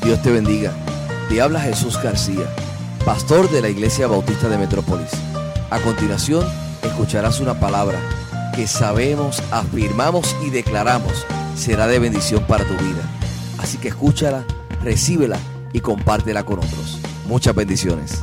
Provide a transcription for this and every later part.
Dios te bendiga. Te habla Jesús García, pastor de la Iglesia Bautista de Metrópolis. A continuación, escucharás una palabra que sabemos, afirmamos y declaramos será de bendición para tu vida. Así que escúchala, recíbela y compártela con otros. Muchas bendiciones.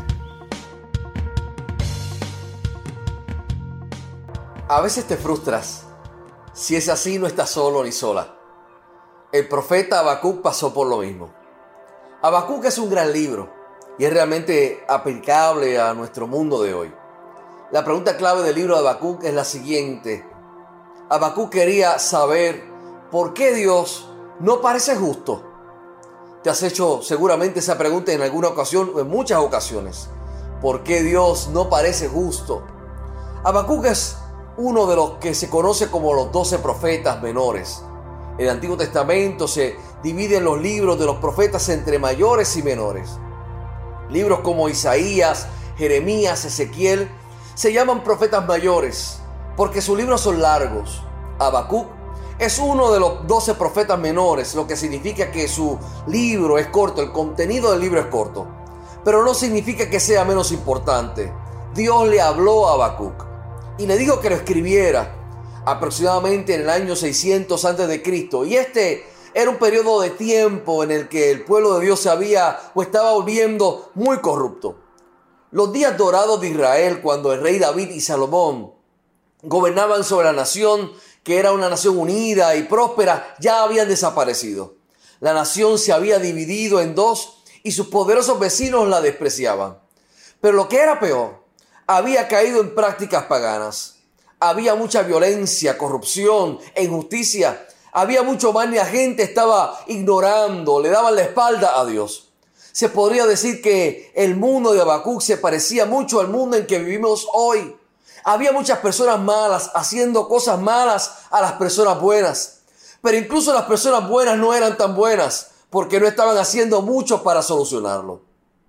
A veces te frustras. Si es así, no estás solo ni sola. El profeta Habacuc pasó por lo mismo. Habacuc es un gran libro y es realmente aplicable a nuestro mundo de hoy. La pregunta clave del libro de Habacuc es la siguiente. Habacuc quería saber por qué Dios no parece justo. Te has hecho seguramente esa pregunta en alguna ocasión o en muchas ocasiones. ¿Por qué Dios no parece justo? Habacuc es uno de los que se conoce como los 12 profetas menores. El Antiguo Testamento se divide en los libros de los profetas entre mayores y menores. Libros como Isaías, Jeremías, Ezequiel se llaman profetas mayores porque sus libros son largos. Habacuc es uno de los 12 profetas menores, lo que significa que su libro es corto, el contenido del libro es corto. Pero no significa que sea menos importante. Dios le habló a Habacuc y le dijo que lo escribiera aproximadamente en el año 600 a.C. Y este era un periodo de tiempo en el que el pueblo de Dios se había o estaba volviendo muy corrupto. Los días dorados de Israel, cuando el rey David y Salomón gobernaban sobre la nación, que era una nación unida y próspera, ya habían desaparecido. La nación se había dividido en dos y sus poderosos vecinos la despreciaban. Pero lo que era peor, había caído en prácticas paganas. Había mucha violencia, corrupción e injusticia. Había mucho mal y la gente estaba ignorando, le daban la espalda a Dios. Se podría decir que el mundo de Habacuc se parecía mucho al mundo en que vivimos hoy. Había muchas personas malas haciendo cosas malas a las personas buenas. Pero incluso las personas buenas no eran tan buenas porque no estaban haciendo mucho para solucionarlo.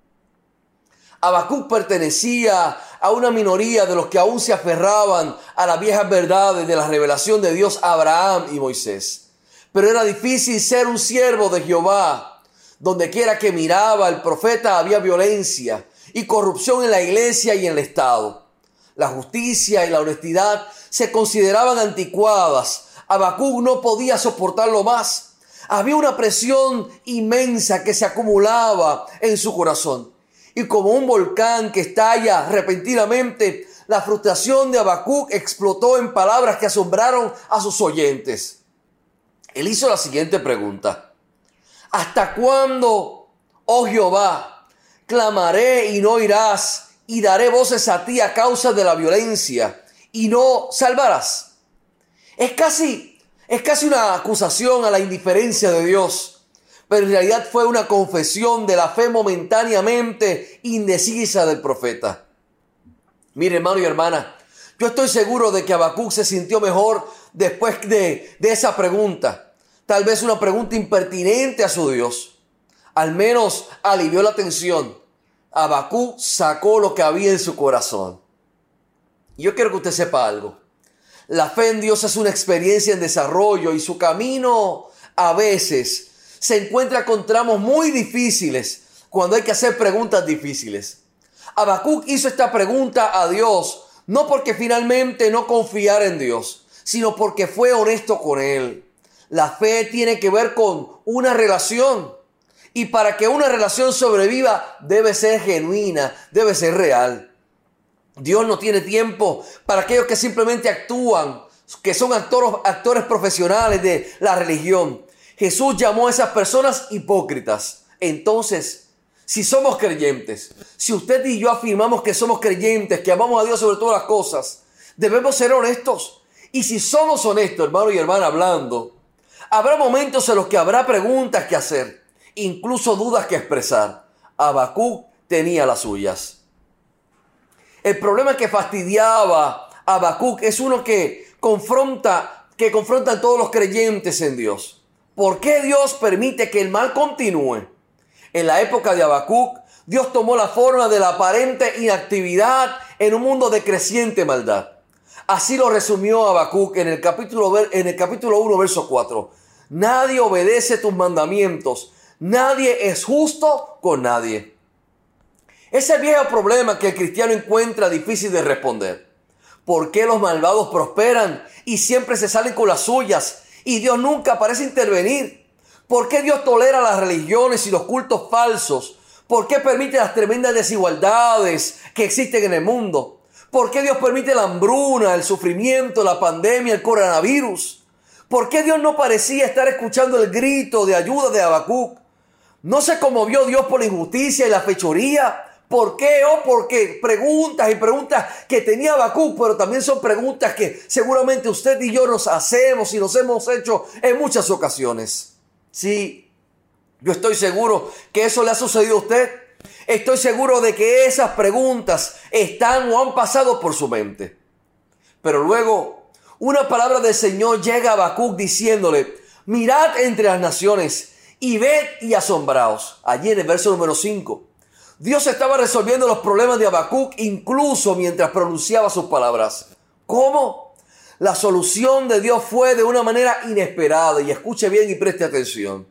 Habacuc pertenecía a una minoría de los que aún se aferraban a las viejas verdades de la revelación de Dios a Abraham y Moisés. Pero era difícil ser un siervo de Jehová. Donde quiera que miraba el profeta había violencia y corrupción en la iglesia y en el Estado. La justicia y la honestidad se consideraban anticuadas. Habacuc no podía soportarlo más. Había una presión inmensa que se acumulaba en su corazón. Y como un volcán que estalla repentinamente, la frustración de Habacuc explotó en palabras que asombraron a sus oyentes. Él hizo la siguiente pregunta. ¿Hasta cuándo, oh Jehová, clamaré y no oirás, y daré voces a ti a causa de la violencia, y no salvarás? Es casi una acusación a la indiferencia de Dios. Pero en realidad fue una confesión de la fe momentáneamente indecisa del profeta. Mire, hermano y hermana, yo estoy seguro de que Habacuc se sintió mejor después de esa pregunta. Tal vez una pregunta impertinente a su Dios. Al menos alivió la tensión. Habacuc sacó lo que había en su corazón. Y yo quiero que usted sepa algo. La fe en Dios es una experiencia en desarrollo y su camino a veces se encuentra con tramos muy difíciles cuando hay que hacer preguntas difíciles. Habacuc hizo esta pregunta a Dios no porque finalmente no confiara en Dios, sino porque fue honesto con Él. La fe tiene que ver con una relación. Y para que una relación sobreviva debe ser genuina, debe ser real. Dios no tiene tiempo para aquellos que simplemente actúan, que son actores profesionales de la religión. Jesús llamó a esas personas hipócritas. Entonces, si somos creyentes, si usted y yo afirmamos que somos creyentes, que amamos a Dios sobre todas las cosas, debemos ser honestos. Y si somos honestos, hermano y hermana, hablando, habrá momentos en los que habrá preguntas que hacer, incluso dudas que expresar. Habacuc tenía las suyas. El problema que fastidiaba a Habacuc es uno que confrontan todos los creyentes en Dios. ¿Por qué Dios permite que el mal continúe? En la época de Habacuc, Dios tomó la forma de la aparente inactividad en un mundo de creciente maldad. Así lo resumió Habacuc en el capítulo 1, verso 4. Nadie obedece tus mandamientos, Nadie es justo con nadie. Ese viejo problema que el cristiano encuentra difícil de responder. ¿Por qué los malvados prosperan y siempre se salen con las suyas y Dios nunca parece intervenir? ¿Por qué Dios tolera las religiones y los cultos falsos? ¿Por qué permite las tremendas desigualdades que existen en el mundo? ¿Por qué Dios permite la hambruna, el sufrimiento, la pandemia, el coronavirus? ¿Por qué Dios no parecía estar escuchando el grito de ayuda de Habacuc? ¿No se conmovió Dios por la injusticia y la fechoría? ¿Por qué? Porque preguntas y preguntas que tenía Habacuc, pero también son preguntas que seguramente usted y yo nos hacemos y nos hemos hecho en muchas ocasiones. Sí, yo estoy seguro que eso le ha sucedido a usted. Estoy seguro de que esas preguntas están o han pasado por su mente. Pero luego, una palabra del Señor llega a Habacuc diciéndole: mirad entre las naciones y ved y asombraos. Allí en el verso número 5. Dios estaba resolviendo los problemas de Habacuc incluso mientras pronunciaba sus palabras. ¿Cómo? La solución de Dios fue de una manera inesperada. Y escuche bien y preste atención.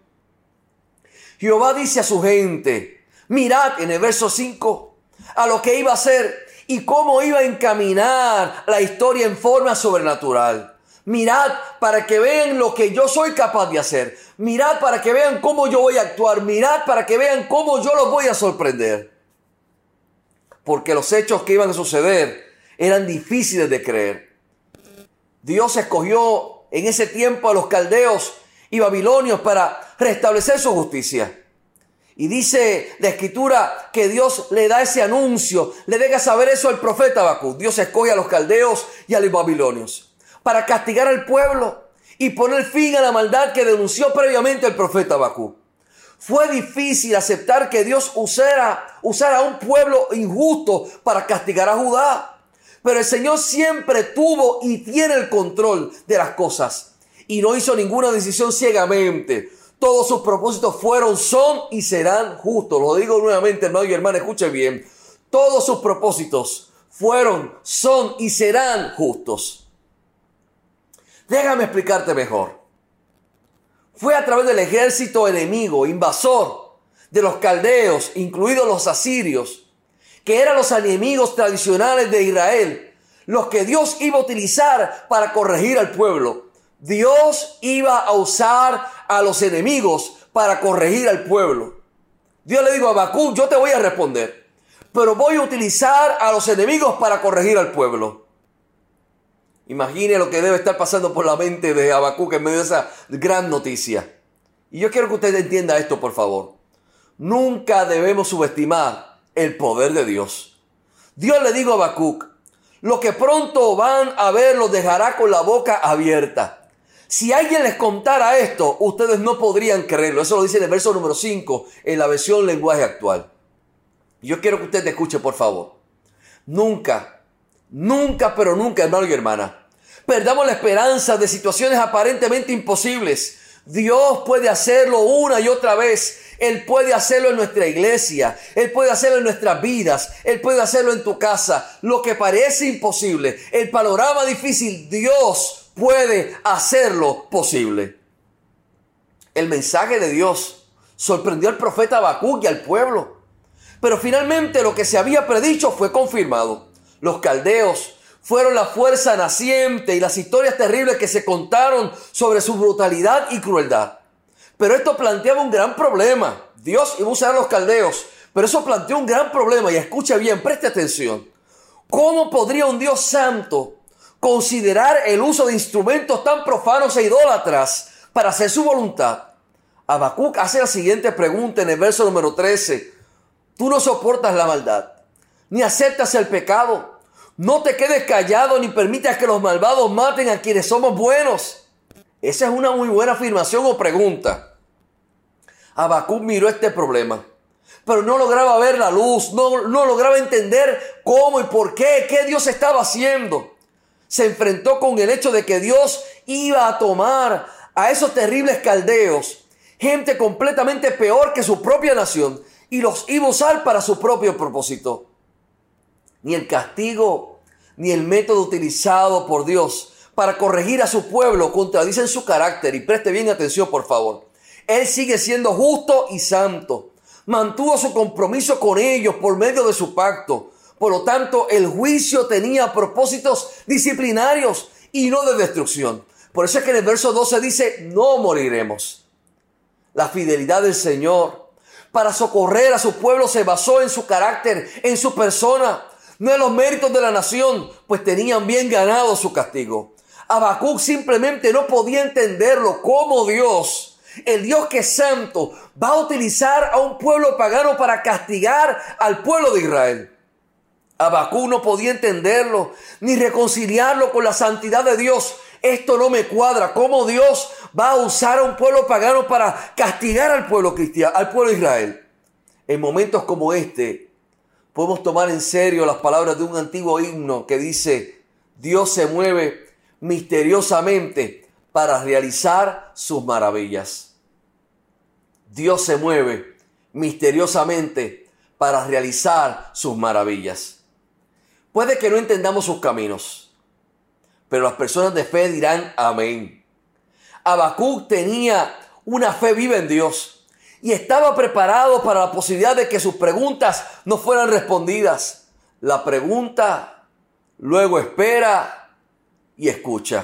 Jehová dice a su gente: mirad en el verso 5 a lo que iba a hacer y cómo iba a encaminar la historia en forma sobrenatural. Mirad para que vean lo que yo soy capaz de hacer. Mirad para que vean cómo yo voy a actuar. Mirad para que vean cómo yo los voy a sorprender. Porque los hechos que iban a suceder eran difíciles de creer. Dios escogió en ese tiempo a los caldeos y babilonios para restablecer su justicia. Y dice la Escritura que Dios le da ese anuncio, le deja saber eso al profeta Habacuc. Dios escoge a los caldeos y a los babilonios para castigar al pueblo y poner fin a la maldad que denunció previamente el profeta Habacuc. Fue difícil aceptar que Dios usara a un pueblo injusto para castigar a Judá. Pero el Señor siempre tuvo y tiene el control de las cosas. Y no hizo ninguna decisión ciegamente. Todos sus propósitos fueron, son y serán justos. Lo digo nuevamente, hermano y hermana, escuche bien. Todos sus propósitos fueron, son y serán justos. Déjame explicarte mejor. Fue a través del ejército enemigo, invasor, de los caldeos, incluidos los asirios, que eran los enemigos tradicionales de Israel, los que Dios iba a utilizar para corregir al pueblo. Dios iba a usar a los enemigos para corregir al pueblo. Dios le dijo a Habacuc: yo te voy a responder, pero voy a utilizar a los enemigos para corregir al pueblo. Imagine lo que debe estar pasando por la mente de Habacuc en medio de esa gran noticia. Y yo quiero que usted entienda esto, por favor. Nunca debemos subestimar el poder de Dios. Dios le dijo a Habacuc: lo que pronto van a ver los dejará con la boca abierta. Si alguien les contara esto, ustedes no podrían creerlo. Eso lo dice en el verso número 5, en la versión lenguaje actual. Yo quiero que usted escuche, por favor. Nunca, pero nunca, hermano y hermana, perdamos la esperanza de situaciones aparentemente imposibles. Dios puede hacerlo una y otra vez. Él puede hacerlo en nuestra iglesia. Él puede hacerlo en nuestras vidas. Él puede hacerlo en tu casa. Lo que parece imposible, el panorama difícil, Dios puede hacerlo posible. El mensaje de Dios sorprendió al profeta Habacuc y al pueblo. Pero finalmente lo que se había predicho fue confirmado. Los caldeos fueron la fuerza naciente y las historias terribles que se contaron sobre su brutalidad y crueldad. Pero esto planteaba un gran problema. Dios iba a usar a los caldeos, pero eso planteó un gran problema. Y escucha bien, preste atención. ¿Cómo podría un Dios santo considerar el uso de instrumentos tan profanos e idólatras para hacer su voluntad? Habacuc hace la siguiente pregunta en el verso número 13. Tú no soportas la maldad, ni aceptas el pecado. No te quedes callado ni permitas que los malvados maten a quienes somos buenos. Esa es una muy buena afirmación o pregunta. Habacuc miró este problema, pero no lograba ver la luz, no lograba entender cómo y por qué Dios estaba haciendo. Se enfrentó con el hecho de que Dios iba a tomar a esos terribles caldeos, gente completamente peor que su propia nación, y los iba a usar para su propio propósito. Ni el castigo, ni el método utilizado por Dios para corregir a su pueblo contradicen su carácter. Y preste bien atención, por favor. Él sigue siendo justo y santo. Mantuvo su compromiso con ellos por medio de su pacto. Por lo tanto, el juicio tenía propósitos disciplinarios y no de destrucción. Por eso es que en el verso 12 dice, no moriremos. La fidelidad del Señor para socorrer a su pueblo se basó en su carácter, en su persona, no en los méritos de la nación, pues tenían bien ganado su castigo. Habacuc simplemente no podía entenderlo, como Dios, el Dios que es santo, va a utilizar a un pueblo pagano para castigar al pueblo de Israel. Habacuc no podía entenderlo, ni reconciliarlo con la santidad de Dios. Esto no me cuadra. ¿Cómo Dios va a usar a un pueblo pagano para castigar al pueblo cristiano, al pueblo de Israel? En momentos como este, podemos tomar en serio las palabras de un antiguo himno que dice, Dios se mueve misteriosamente para realizar sus maravillas. Dios se mueve misteriosamente para realizar sus maravillas. Puede que no entendamos sus caminos, pero las personas de fe dirán amén. Habacuc tenía una fe viva en Dios y estaba preparado para la posibilidad de que sus preguntas no fueran respondidas. La pregunta, luego espera y escucha.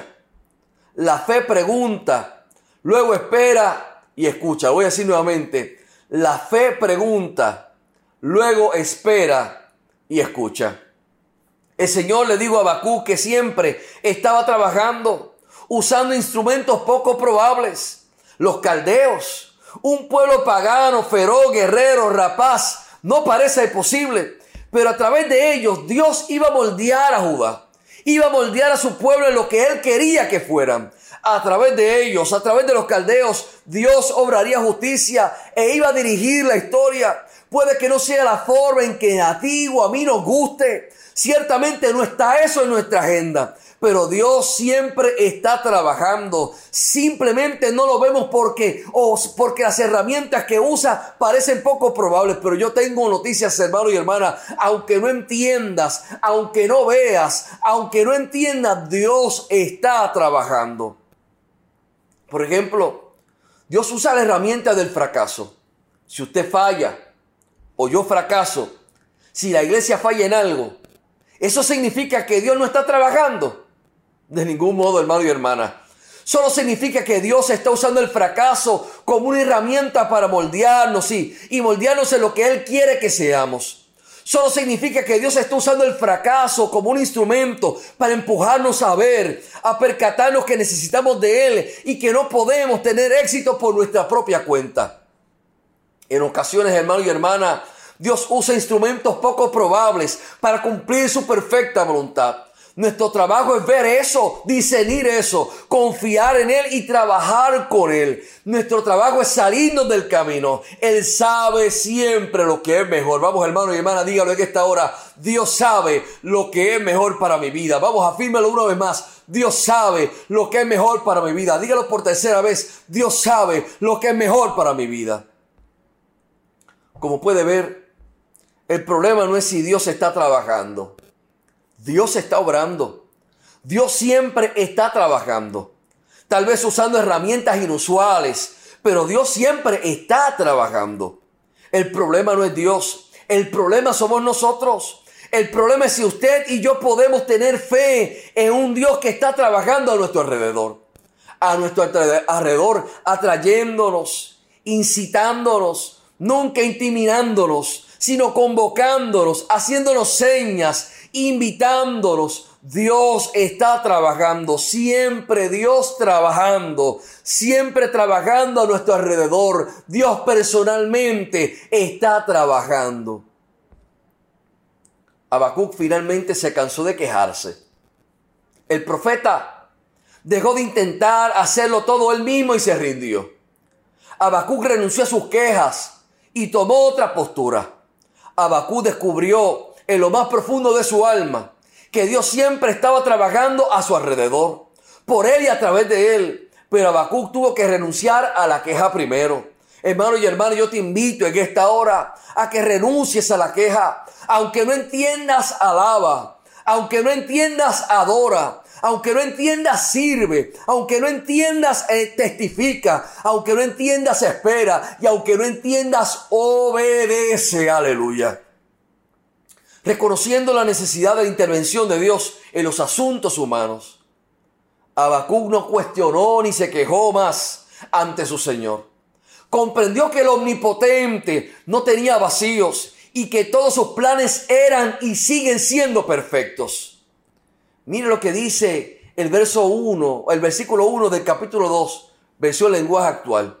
La fe pregunta, luego espera y escucha. Voy a decir nuevamente, la fe pregunta, luego espera y escucha. El Señor le dijo a Habacuc que siempre estaba trabajando, usando instrumentos poco probables. Los caldeos, un pueblo pagano, feroz, guerrero, rapaz, no parece posible. Pero a través de ellos Dios iba a moldear a Judá. Iba a moldear a su pueblo en lo que Él quería que fueran. A través de ellos, a través de los caldeos, Dios obraría justicia e iba a dirigir la historia. Puede que no sea la forma en que a ti o a mí nos guste. Ciertamente no está eso en nuestra agenda. Pero Dios siempre está trabajando. Simplemente no lo vemos porque las herramientas que usa parecen poco probables. Pero yo tengo noticias, hermano y hermana. Aunque no entiendas, aunque no veas, aunque no entiendas, Dios está trabajando. Por ejemplo, Dios usa la herramienta del fracaso. Si usted falla o yo fracaso, si la iglesia falla en algo, ¿eso significa que Dios no está trabajando? De ningún modo, hermano y hermana. Solo significa que Dios está usando el fracaso como una herramienta para moldearnos y moldearnos en lo que Él quiere que seamos. Solo significa que Dios está usando el fracaso como un instrumento para empujarnos a ver, a percatarnos que necesitamos de Él y que no podemos tener éxito por nuestra propia cuenta. En ocasiones, hermano y hermana, Dios usa instrumentos poco probables para cumplir su perfecta voluntad. Nuestro trabajo es ver eso, discernir eso, confiar en Él y trabajar con Él. Nuestro trabajo es salirnos del camino. Él sabe siempre lo que es mejor. Vamos, hermano y hermana, dígalo en esta hora. Dios sabe lo que es mejor para mi vida. Vamos, afírmelo una vez más. Dios sabe lo que es mejor para mi vida. Dígalo por tercera vez. Dios sabe lo que es mejor para mi vida. Como puede ver, el problema no es si Dios está trabajando. Dios está obrando. Dios siempre está trabajando. Tal vez usando herramientas inusuales, pero Dios siempre está trabajando. El problema no es Dios. El problema somos nosotros. El problema es si usted y yo podemos tener fe en un Dios que está trabajando a nuestro alrededor. A nuestro alrededor, atrayéndonos, incitándonos, nunca intimidándonos, sino convocándonos, haciéndonos señas, invitándonos. Dios está trabajando, siempre Dios trabajando, siempre trabajando a nuestro alrededor. Dios personalmente está trabajando. Habacuc finalmente se cansó de quejarse. El profeta dejó de intentar hacerlo todo él mismo y se rindió. Habacuc renunció a sus quejas y tomó otra postura. Habacuc descubrió en lo más profundo de su alma que Dios siempre estaba trabajando a su alrededor, por él y a través de él. Pero Habacuc tuvo que renunciar a la queja primero. Hermano y hermana, yo te invito en esta hora a que renuncies a la queja. Aunque no entiendas, alaba. Aunque no entiendas, adora. Aunque no entiendas, sirve. Aunque no entiendas, testifica. Aunque no entiendas, espera. Y aunque no entiendas, obedece. Aleluya. Reconociendo la necesidad de la intervención de Dios en los asuntos humanos, Habacuc no cuestionó ni se quejó más ante su Señor. Comprendió que el Omnipotente no tenía vacíos y que todos sus planes eran y siguen siendo perfectos. Mire lo que dice el versículo 1 del capítulo 2, versión lenguaje actual.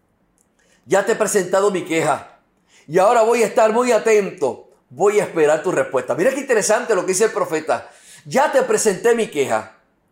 Ya te he presentado mi queja y ahora voy a estar muy atento. Voy a esperar tu respuesta. Mira qué interesante lo que dice el profeta. Ya te presenté mi queja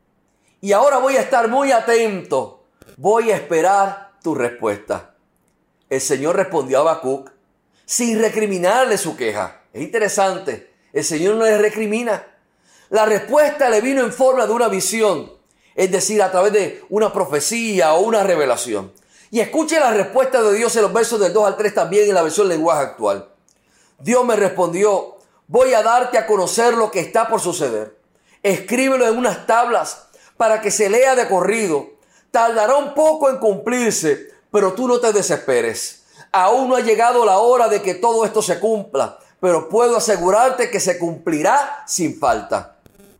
y ahora voy a estar muy atento. Voy a esperar tu respuesta. El Señor respondió a Habacuc sin recriminarle su queja. Es interesante. El Señor no le recrimina. La respuesta le vino en forma de una visión, es decir, a través de una profecía o una revelación. Y escuche la respuesta de Dios en los versos del 2 al 3 también en la versión lenguaje actual. Dios me respondió, voy a darte a conocer lo que está por suceder. Escríbelo en unas tablas para que se lea de corrido. Tardará un poco en cumplirse, pero tú no te desesperes. Aún no ha llegado la hora de que todo esto se cumpla, pero puedo asegurarte que se cumplirá sin falta.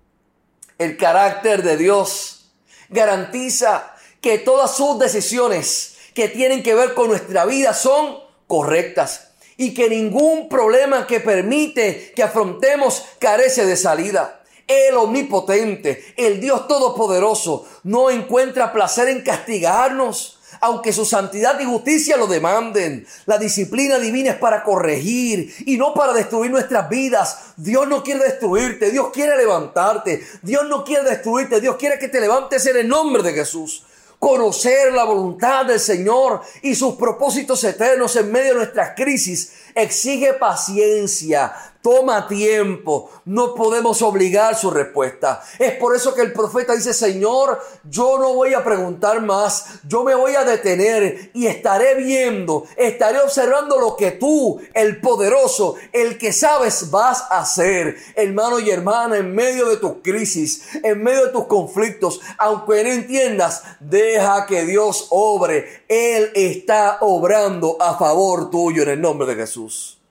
El carácter de Dios garantiza que todas sus decisiones que tienen que ver con nuestra vida son correctas y que ningún problema que permite que afrontemos carece de salida. El Omnipotente, el Dios Todopoderoso, no encuentra placer en castigarnos, aunque su santidad y justicia lo demanden. La disciplina divina es para corregir y no para destruir nuestras vidas. Dios no quiere destruirte, Dios quiere levantarte. Dios no quiere destruirte, Dios quiere que te levantes en el nombre de Jesús. Conocer la voluntad del Señor y sus propósitos eternos en medio de nuestras crisis exige paciencia, toma tiempo, no podemos obligar su respuesta. Es por eso que el profeta dice, Señor, yo no voy a preguntar más, yo me voy a detener y estaré viendo, estaré observando lo que tú, el poderoso, el que sabes, vas a hacer. Hermano y hermana, en medio de tus crisis, en medio de tus conflictos, aunque no entiendas, deja que Dios obre. Él está obrando a favor tuyo en el nombre de Jesús.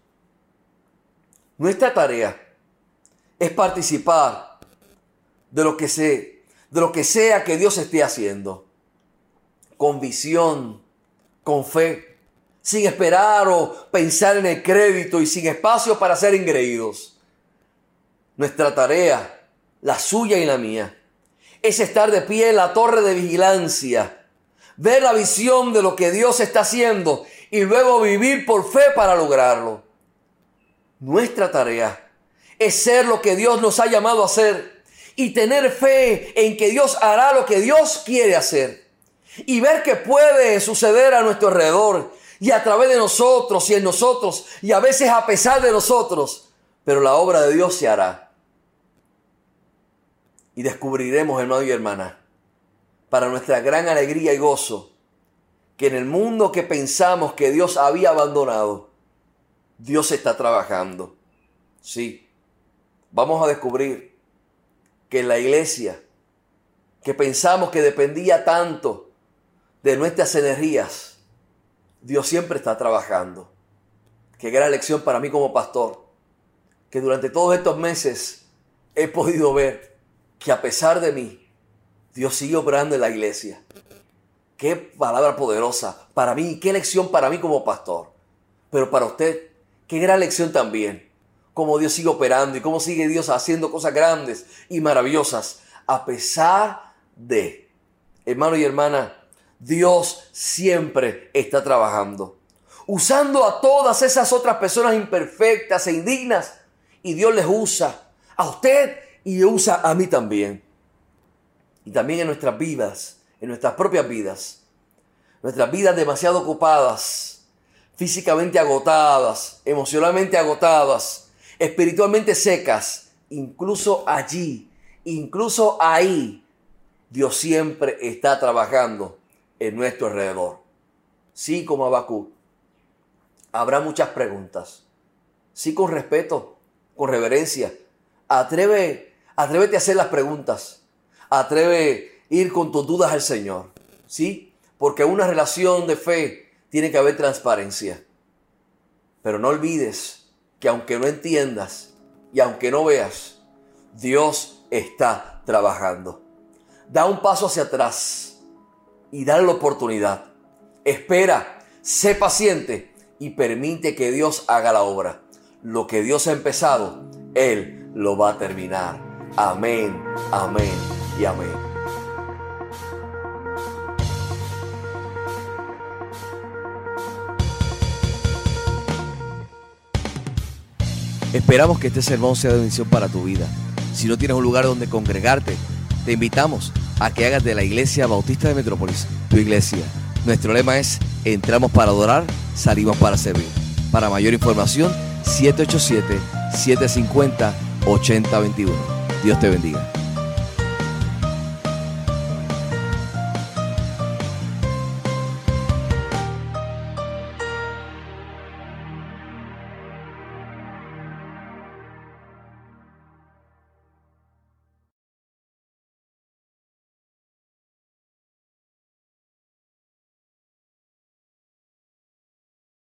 Nuestra tarea es participar de lo que sea que Dios esté haciendo, con visión, con fe, sin esperar o pensar en el crédito y sin espacio para ser engreídos. Nuestra tarea, la suya y la mía, es estar de pie en la torre de vigilancia, ver la visión de lo que Dios está haciendo y luego vivir por fe para lograrlo. Nuestra tarea es ser lo que Dios nos ha llamado a hacer y tener fe en que Dios hará lo que Dios quiere hacer y ver que puede suceder a nuestro alrededor y a través de nosotros y en nosotros y a veces a pesar de nosotros, pero la obra de Dios se hará. Y descubriremos, hermano y hermana, para nuestra gran alegría y gozo, que en el mundo que pensamos que Dios había abandonado, Dios está trabajando. Sí, vamos a descubrir que en la iglesia, que pensamos que dependía tanto de nuestras energías, Dios siempre está trabajando. Qué gran lección para mí como pastor, que durante todos estos meses he podido ver que a pesar de mí, Dios sigue obrando en la iglesia. Qué palabra poderosa para mí, qué lección para mí como pastor. Pero para usted, qué gran lección también, cómo Dios sigue operando y cómo sigue Dios haciendo cosas grandes y maravillosas a pesar de. Hermano y hermana, Dios siempre está trabajando, usando a todas esas otras personas imperfectas e indignas, y Dios les usa a usted y usa a mí también. Y también en nuestras vidas, en nuestras propias vidas, nuestras vidas demasiado ocupadas, físicamente agotadas, emocionalmente agotadas, espiritualmente secas, incluso allí, incluso ahí, Dios siempre está trabajando en nuestro alrededor. Sí, como Habacuc, habrá muchas preguntas. Sí, con respeto, con reverencia. Atrévete a hacer las preguntas. Atreve a ir con tus dudas al Señor, ¿sí? Porque en una relación de fe tiene que haber transparencia. Pero no olvides que aunque no entiendas y aunque no veas, Dios está trabajando. Da un paso hacia atrás y dale la oportunidad. Espera, sé paciente y permite que Dios haga la obra. Lo que Dios ha empezado, Él lo va a terminar. Amén, amén y amén. Esperamos que este sermón sea de bendición para tu vida. Si no tienes un lugar donde congregarte, te invitamos a que hagas de la Iglesia Bautista de Metrópolis tu iglesia. Nuestro lema es: entramos para adorar, salimos para servir. Para mayor información, 787-750-8021. Dios te bendiga.